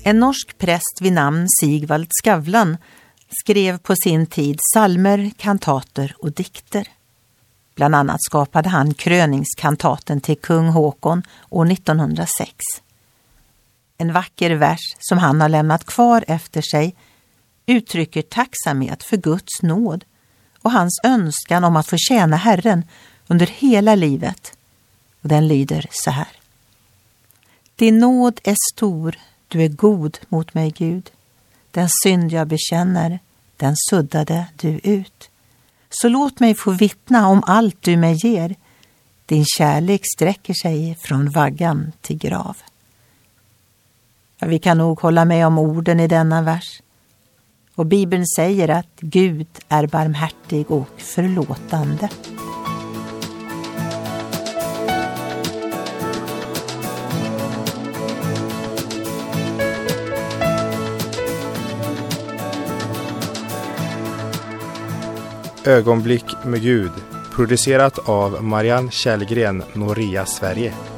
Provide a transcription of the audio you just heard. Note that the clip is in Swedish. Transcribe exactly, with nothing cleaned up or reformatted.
En norsk präst vid namn Sigvald Skavlan skrev på sin tid psalmer, kantater och dikter. Bland annat skapade han kröningskantaten till kung Håkon år nittonhundrasex. En vacker vers som han har lämnat kvar efter sig uttrycker tacksamhet för Guds nåd och hans önskan om att få tjäna Herren under hela livet. Och den lyder så här. Din nåd är stor, du är god mot mig, Gud. Den synd jag bekänner, den suddade du ut. Så låt mig få vittna om allt du mig ger. Din kärlek sträcker sig från vaggan till grav. Ja, vi kan nog hålla med om orden i denna vers. Och Bibeln säger att Gud är barmhärtig och förlåtande. Ögonblick med Gud, producerat av Marianne Källgren, Noria, Sverige.